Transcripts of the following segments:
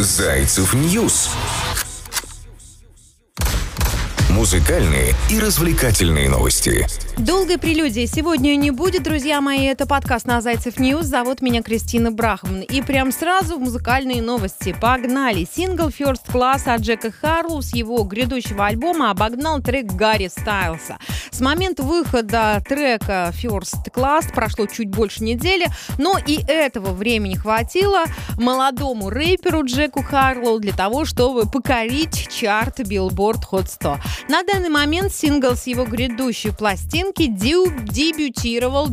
Зайцев Ньюс. Музыкальные и развлекательные новости. Долгой прелюдии сегодня не будет, друзья мои. Это подкаст на Зайцев Ньюс. Зовут меня Кристина Брахман. И прям сразу в музыкальные новости. Погнали! Сингл First Class от Джека Харлоу с его грядущего альбома обогнал трек Гарри Стайлса. С момента выхода трека First Class прошло чуть больше недели, но и этого времени хватило молодому рэперу Джеку Харлоу для того, чтобы покорить чарт Billboard Hot 100. На данный момент сингл с его грядущей пластинки дебютировал,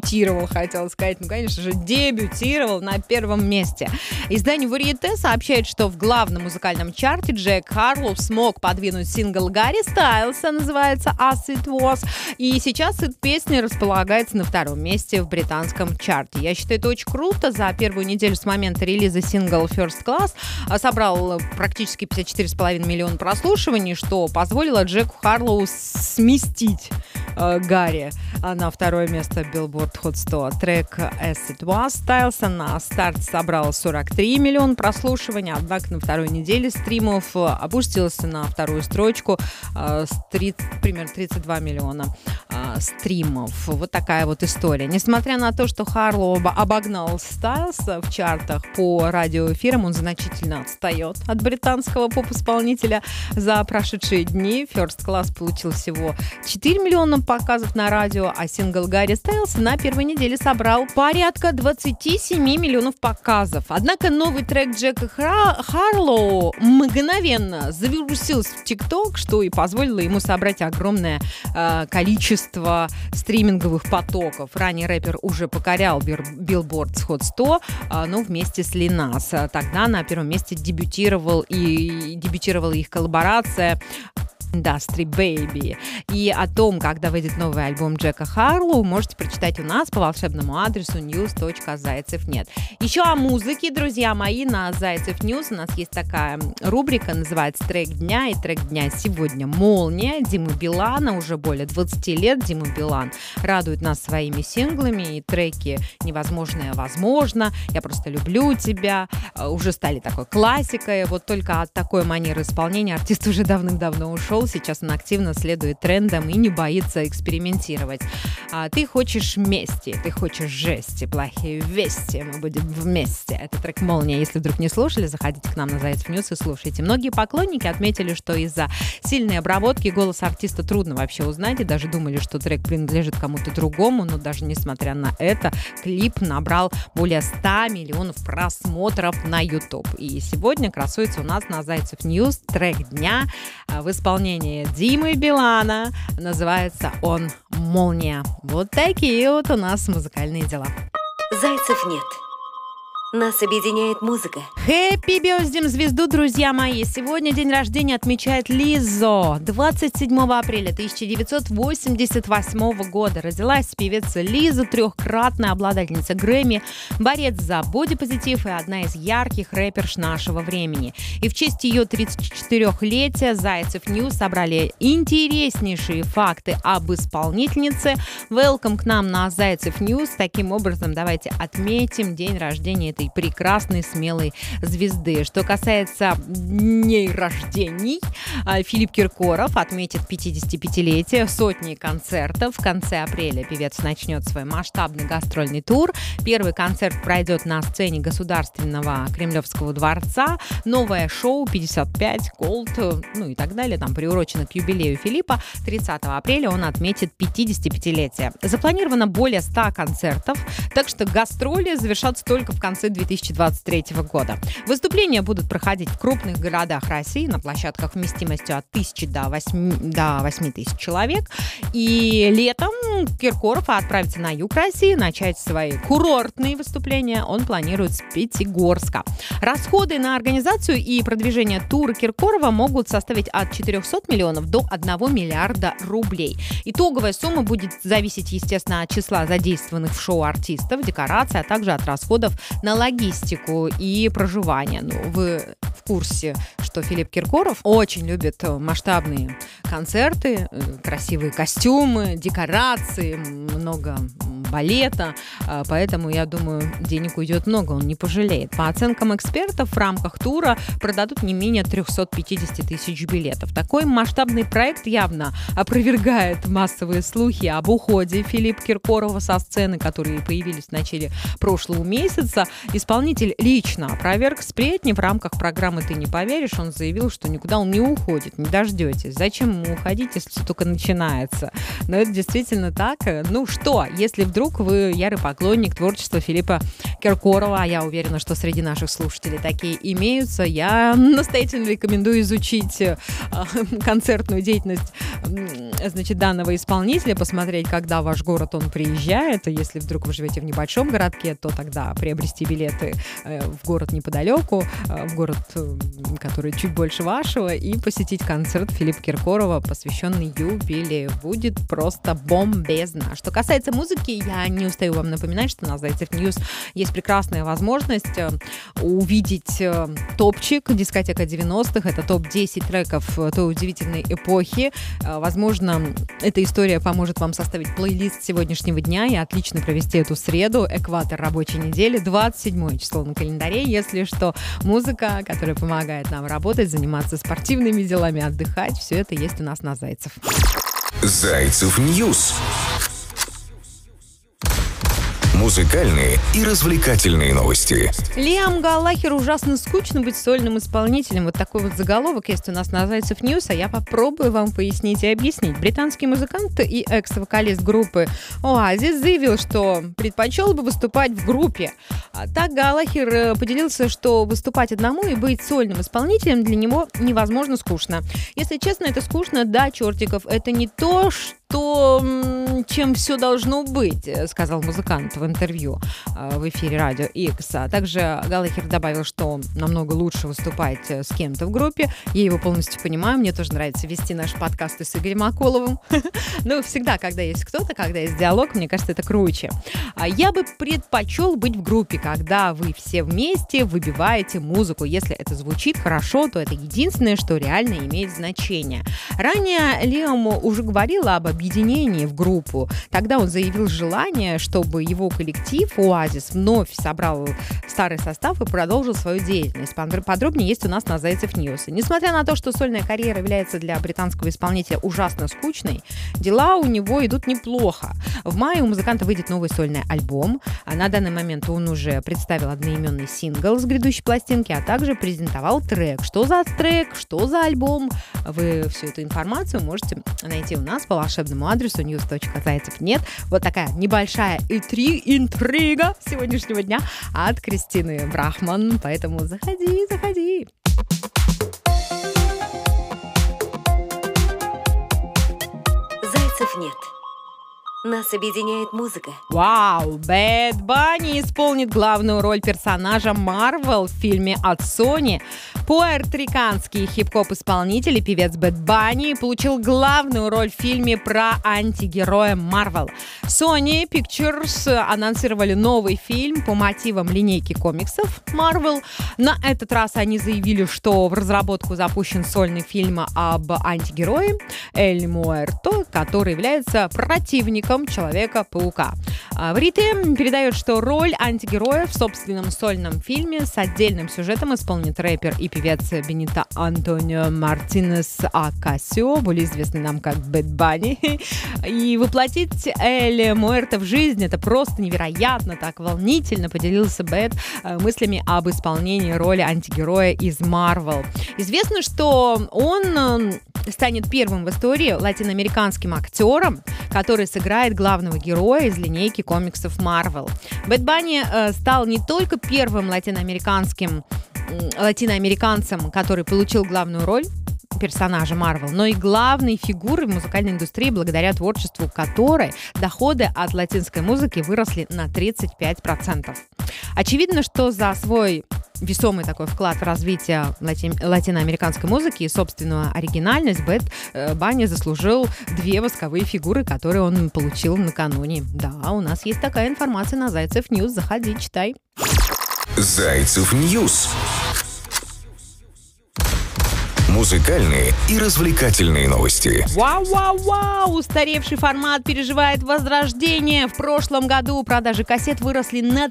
на первом месте. Издание Variety сообщает, что в главном музыкальном чарте Джек Харлоу смог подвинуть сингл Гарри Стайлса, называется As It Was, и сейчас эта песня располагается на втором месте в британском чарте. Я считаю, это очень круто. За первую неделю с момента релиза сингл First Class собрал практически 54,5 миллиона прослушиваний, что позволило Джеку Харлоу сместить Гарри на второе место Billboard Hot 100. Трек As It Was Стайлса на старте собрал 43 миллиона прослушиваний, однако на второй неделе стримов опустился на вторую строчку с примерно 32 миллиона стримов. Вот такая вот история. Несмотря на то, что Харлоу обогнал Стайлса в чартах по радиоэфирам, он значительно отстает от британского поп-исполнителя. За прошедшие дни First Class получил всего 4 миллиона показов на радио, а сингл Гарри Стайлса на первой неделе собрал порядка 27 миллионов показов. Однако новый трек Джека Харлоу мгновенно завирусился в ТикТок, что и позволило ему собрать огромное количество стриминговых потоков. Ранее рэпер уже покорял Billboard Hot 100, но вместе с Lil Nas. Тогда на первом месте дебютировала их коллаборация Industry Baby. И о том, когда выйдет новый альбом Джека Харлоу, можете прочитать у нас по волшебному адресу news.зайцев.нет. Еще о музыке, друзья мои, на Зайцев Ньюс у нас есть такая рубрика, называется «Трек дня», и трек дня сегодня «Молния» Димы Билана. Уже более 20 лет Дима Билан радует нас своими синглами, и треки «Невозможное возможно», «Я просто люблю тебя» уже стали такой классикой. Вот только от такой манеры исполнения артист уже давным-давно ушел. Сейчас он активно следует трендам и не боится экспериментировать. Ты хочешь мести, ты хочешь жести, плохие вести, мы будем вместе. Это трек «Молния». Если вдруг не слушали, заходите к нам на Зайцев Ньюс и слушайте. Многие поклонники отметили, что из-за сильной обработки голос артиста трудно вообще узнать, и даже думали, что трек принадлежит кому-то другому, но даже несмотря на это, клип набрал более 100 миллионов просмотров на YouTube. И сегодня красуется у нас на Зайцев Ньюс трек дня в исполнении Димы Билана. Называется он «Молния». Вот такие вот у нас музыкальные дела. Зайцев нет. Нас объединяет музыка. Хэппи бёздим звезду, друзья мои! Сегодня день рождения отмечает Лиззо. 27 апреля 1988 года родилась певица Лиза, трехкратная обладательница Грэмми, борец за бодипозитив и одна из ярких рэперш нашего времени. И в честь ее 34-летия Зайцев Ньюс собрали интереснейшие факты об исполнительнице. Welcome к нам на Зайцев Ньюс. Таким образом, давайте отметим день рождения этой прекрасной, смелой звезды. Что касается дней рождений, Филипп Киркоров отметит 55-летие, сотни концертов. В конце апреля певец начнет свой масштабный гастрольный тур. Первый концерт пройдет на сцене Государственного Кремлевского дворца. Новое шоу 55 Gold, ну и так далее, там приурочено к юбилею Филиппа. 30 апреля он отметит 55-летие. Запланировано более 100 концертов, так что гастроли завершатся только в конце 2023 года. Выступления будут проходить в крупных городах России на площадках вместимостью от 1000 до 8 тысяч человек. И летом Киркоров отправится на юг России, начать свои курортные выступления. Он планирует с Пятигорска. Расходы на организацию и продвижение тура Киркорова могут составить от 400 миллионов до 1 миллиарда рублей. Итоговая сумма будет зависеть, естественно, от числа задействованных в шоу артистов, декораций, а также от расходов на логистику и проживание. Ну, вы в курсе, что Филипп Киркоров очень любит масштабные концерты, красивые костюмы, декорации, много балета, поэтому, я думаю, денег уйдет много, он не пожалеет. По оценкам экспертов, в рамках тура продадут не менее 350 тысяч билетов. Такой масштабный проект явно опровергает массовые слухи об уходе Филиппа Киркорова со сцены, которые появились в начале прошлого месяца. Исполнитель лично опроверг сплетни в рамках программы «Ты не поверишь». Он заявил, что никуда он не уходит, не дождетесь. Зачем ему уходить, если все только начинается? Но это действительно так. Ну что, если вдруг вы ярый поклонник творчества Филиппа Киркорова, а я уверена, что среди наших слушателей такие имеются, я настоятельно рекомендую изучить концертную деятельность, значит, данного исполнителя, посмотреть, когда в ваш город он приезжает. Если вдруг вы живете в небольшом городке, то тогда приобрести билеты в город неподалеку, в город, который чуть больше вашего, и посетить концерт Филиппа Киркорова, посвященный юбилею. Будет просто бомбезно. Что касается музыки, я не устаю вам напоминать, что на Зайцев Ньюс есть прекрасная возможность увидеть топчик дискотека 90-х. Это топ-10 треков той удивительной эпохи. Возможно, эта история поможет вам составить плейлист сегодняшнего дня и отлично провести эту среду, экватор рабочей недели, 27 число на календаре. Если что, музыка, которая помогает нам работать, заниматься спортивными делами, отдыхать, все это есть у нас на Зайцев. Зайцев Ньюс. Музыкальные и развлекательные новости. Лиам Галлахеру ужасно скучно быть сольным исполнителем. Вот такой вот заголовок есть у нас на Зайцев Ньюс, а я попробую вам пояснить и объяснить. Британский музыкант и экс-вокалист группы Oasis заявил, что предпочел бы выступать в группе. Так Галлахер поделился, что выступать одному и быть сольным исполнителем для него невозможно скучно. Если честно, это скучно до чертиков. Это не то, чем все должно быть, сказал музыкант в интервью в эфире Радио X. А также Галлахер добавил, что намного лучше выступать с кем-то в группе. Я его полностью понимаю. Мне тоже нравится вести наши подкасты с Игорем Акуловым. Ну, всегда, когда есть кто-то, когда есть диалог, мне кажется, это круче. Я бы предпочел быть в группе, когда вы все вместе выбиваете музыку. Если это звучит хорошо, то это единственное, что реально имеет значение. Ранее Лиам уже говорил об объединении в группу. Тогда он заявил желание, чтобы его коллектив Oasis вновь собрал старый состав и продолжил свою деятельность. Подробнее есть у нас на Зайцев Ньюс. Несмотря на то, что сольная карьера является для британского исполнителя ужасно скучной, дела у него идут неплохо. В мае у музыканта выйдет новый сольный альбом. На данный момент он уже представил одноименный сингл с грядущей пластинки, а также презентовал трек. Что за трек, что за альбом? Вы всю эту информацию можете найти у нас по волшебному адресу news.зайцев.нет. Вот такая небольшая интрига сегодняшнего дня от Кристины Брахман. Поэтому заходи. Зайцев нет. Нас объединяет музыка. Вау! Бэд Банни исполнит главную роль персонажа Марвел в фильме от Sony. Пуэрториканский хип-хоп-исполнитель и певец Бэд Банни получил главную роль в фильме про антигероя Марвел. Sony Pictures анонсировали новый фильм по мотивам линейки комиксов Marvel. На этот раз они заявили, что в разработку запущен сольный фильм об антигерое Эль Муэрто, который является противником Человека-паука. Врите передает, что роль антигероя в собственном сольном фильме с отдельным сюжетом исполнит рэпер и певец Бенито Антонио Мартинес Акасио, более известный нам как Бэд Банни. И воплотить Эль Муэрто в жизнь — это просто невероятно, так волнительно поделился Бэд мыслями об исполнении роли антигероя из Marvel. Известно, что он станет первым в истории латиноамериканским актером, который сыграет главного героя из линейки комиксов Marvel. Бэд Банни стал не только первым латиноамериканцем, который получил главную роль персонажа Marvel, но и главной фигурой в музыкальной индустрии, благодаря творчеству которой доходы от латинской музыки выросли на 35%. Очевидно, что за свой весомый такой вклад в развитие латиноамериканской музыки и собственную оригинальность Бэд Банни заслужил 2 восковые фигуры, которые он получил накануне. Да, у нас есть такая информация на Зайцев Ньюс. Заходи, читай. Зайцев Ньюс. Музыкальные и развлекательные новости. Вау-вау-вау! Устаревший формат переживает возрождение. В прошлом году продажи кассет выросли на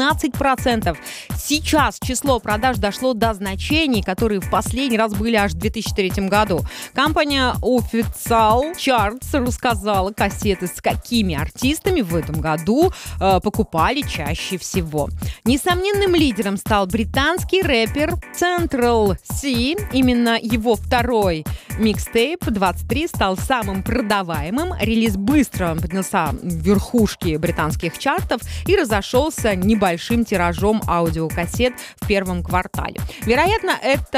13%. Сейчас число продаж дошло до значений, которые в последний раз были аж в 2003 году. Компания Official Charts рассказала, кассеты с какими артистами в этом году покупали чаще всего. Несомненным лидером стал британский рэпер Central C. Именно его второй микстейп 23 стал самым продаваемым. Релиз быстро поднялся в верхушки британских чартов и разошелся небольшим тиражом аудиокассет в первом квартале. Вероятно,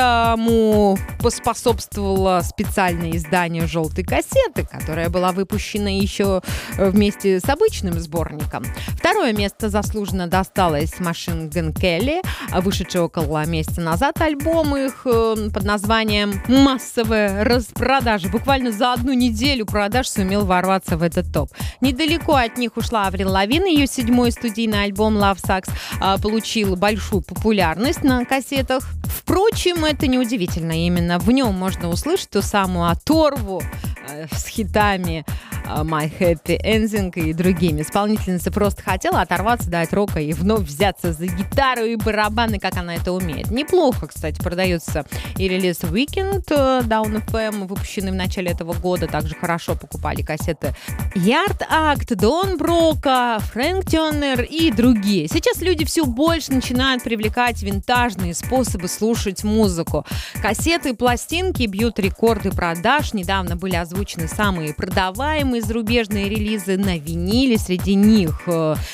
этому поспособствовало специальное издание «Желтой кассеты», которая была выпущена еще вместе с обычным сборником. Второе место заслуженно досталось Machine Gun Kelly, вышедший около месяца назад альбом их под названием «Массовая распродажа». Буквально за одну неделю продаж сумел ворваться в этот топ. Недалеко от них ушла Аврил Лавин. Ее 7-й студийный альбом Love Sucks получил большую популярность на кассетах. Впрочем, это неудивительно. Именно в нем можно услышать ту самую оторву с хитами My Happy Ending и другими. Исполнительница просто хотела оторваться от рока и вновь взяться за гитару и барабаны, как она это умеет. Неплохо, кстати, продается и релиз Weekend Down FM, выпущенный в начале этого года. Также хорошо покупали кассеты Yard Act, Дон Брока, Фрэнк Тернер и другие. Сейчас люди все больше начинают привлекать винтажные способы слушать музыку. Кассеты и пластинки бьют рекорды продаж. Недавно были озвучены самые продаваемые зарубежные релизы на виниле. Среди них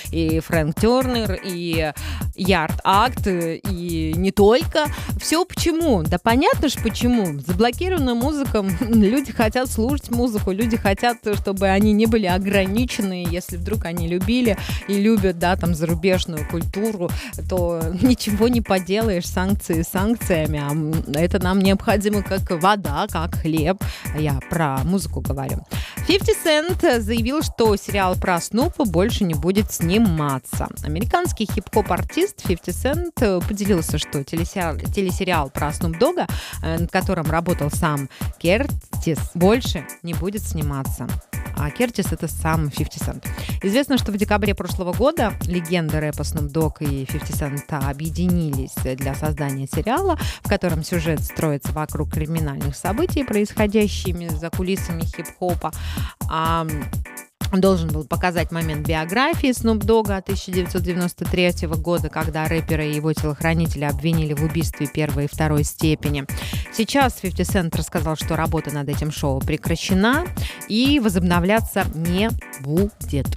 и Фрэнк Тернер, и Yard Act, и не только. Все почему? Да понятно же почему. Заблокирована музыка. Люди хотят слушать музыку. Люди хотят, чтобы они не были ограничены. Если вдруг они любили и любят, там, зарубежную культуру, то ничего не поделаешь. Санкции санкциями. А это нам необходимо как вода, как хлеб. Я про музыку говорю. 50 Cent заявил, что сериал про Снупа больше не будет сниматься. Американский хип-хоп-артист 50 Cent поделился, что телесериал про Снуп Догга, над которым работал сам Кертис, больше не будет сниматься. А Кертис — это сам 50 Cent. Известно, что в декабре прошлого года легенды рэпа Snoop Dogg и 50 Cent объединились для создания сериала, в котором сюжет строится вокруг криминальных событий, происходящими за кулисами хип-хопа. Должен был показать момент биографии Snoop Dogg 1993 года, когда рэпера и его телохранителя обвинили в убийстве первой и второй степени. Сейчас 50 Cent рассказал, что работа над этим шоу прекращена и возобновляться не будет.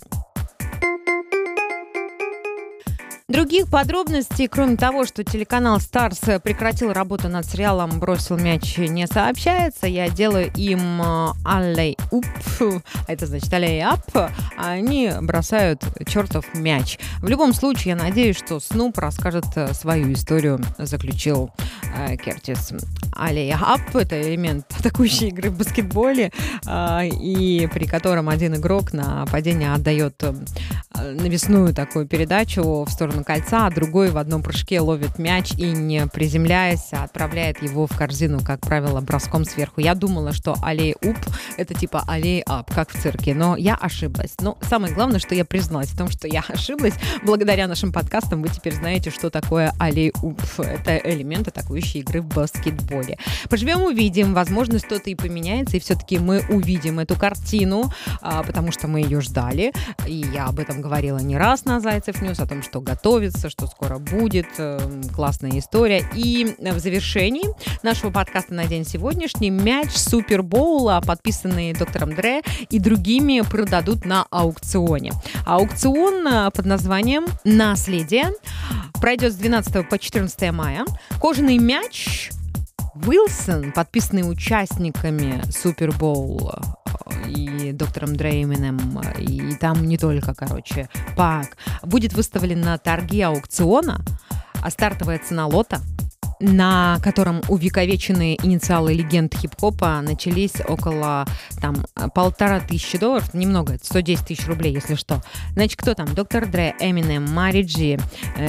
Других подробностей, кроме того, что телеканал Starz прекратил работу над сериалом «Бросил мяч», не сообщается. Я делаю им alley-oop, это значит alley-up, а они бросают чертов мяч. В любом случае, я надеюсь, что Снуп расскажет свою историю, заключил Кертис. Alley-up — это элемент атакующей игры в баскетболе, и при котором один игрок на падение отдает навесную такую передачу в сторону кольца, а другой в одном прыжке ловит мяч и, не приземляясь, отправляет его в корзину, как правило, броском сверху. Я думала, что alley-oop — это типа alley-up, как в цирке, но я ошиблась. Но самое главное, что я призналась в том, что я ошиблась. Благодаря нашим подкастам вы теперь знаете, что такое alley-oop. Это элемент атакующей игры в баскетболе. Поживем, увидим. Возможно, что-то и поменяется, и все-таки мы увидим эту картину, потому что мы ее ждали. И я об этом говорила не раз на Зайцев Ньюс, о том, что готовится, что скоро будет. Классная история. И в завершении нашего подкаста на день сегодняшний мяч Супербоула, подписанный доктором Дре и другими, продадут на аукционе. Аукцион под названием «Наследие» пройдет с 12 по 14 мая. Кожаный мяч Wilson, подписанный участниками Супербоула и доктором Дре, Эминем, и там не только, Пак, будет выставлен на торги аукциона, а стартовая цена лота, на котором увековеченные инициалы легенд хип-хопа начались около $1500, немного, это 110 тысяч рублей, если что. Значит, кто там? Доктор Дре, Эминем, Мари Джи,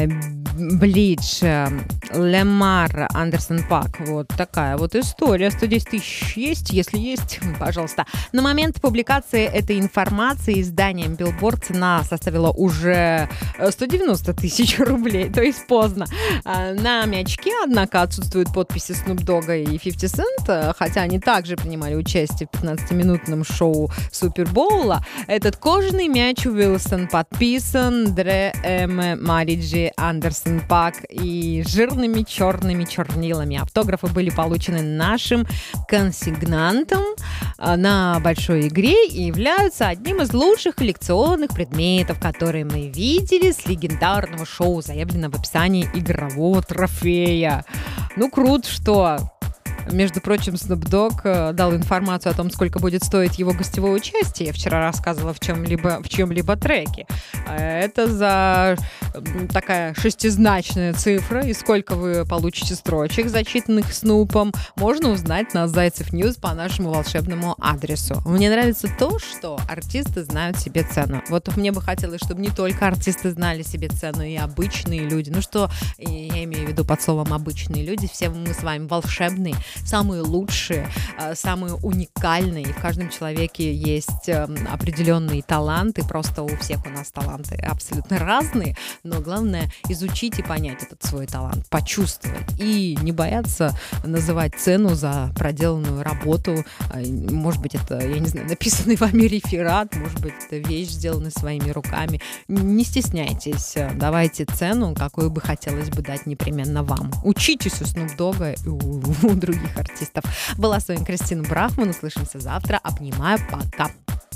Блич, Лемар, Андерсон Пак. Вот такая вот история. 110 тысяч есть? Если есть, пожалуйста. На момент публикации этой информации изданием Billboard цена составила уже 190 тысяч рублей, то есть поздно. На мячке, однако, отсутствуют подписи Snoop Dogg и 50 Cent, хотя они также принимали участие в 15-минутном шоу Супербоула. Этот кожаный мяч Уилсон подписан Дре Мариджи, Андерсон Пак и жирными черными чернилами. Автографы были получены нашим консигнантом на большой игре и являются одним из лучших коллекционных предметов, которые мы видели с легендарного шоу, заявлено в описании игрового трофея. Ну, круто, что... Между прочим, Snoop Dogg дал информацию о том, сколько будет стоить его гостевое участие. Я вчера рассказывала в чем-либо треке. Это за такая шестизначная цифра. И сколько вы получите строчек, зачитанных Снупом, можно узнать на Зайцев Ньюс по нашему волшебному адресу. Мне нравится то, что артисты знают себе цену. Вот мне бы хотелось, чтобы не только артисты знали себе цену, и обычные люди. Ну что, я имею в виду под словом «обычные люди». Все мы с вами волшебные, самые лучшие, самые уникальные. И в каждом человеке есть определенные таланты. Просто у всех у нас таланты абсолютно разные. Но главное изучить и понять этот свой талант, почувствовать. И не бояться называть цену за проделанную работу. Может быть, это, я не знаю, написанный вами реферат, может быть, это вещь, сделанная своими руками. Не стесняйтесь. Давайте цену, какую бы хотелось бы дать непременно вам. Учитесь у Snoop Dogg и у других артистов. Была с вами Кристина Брахман. Услышимся завтра. Обнимаю. Пока.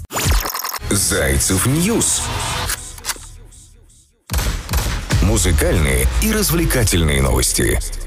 Зайцев Ньюс. Музыкальные и развлекательные новости.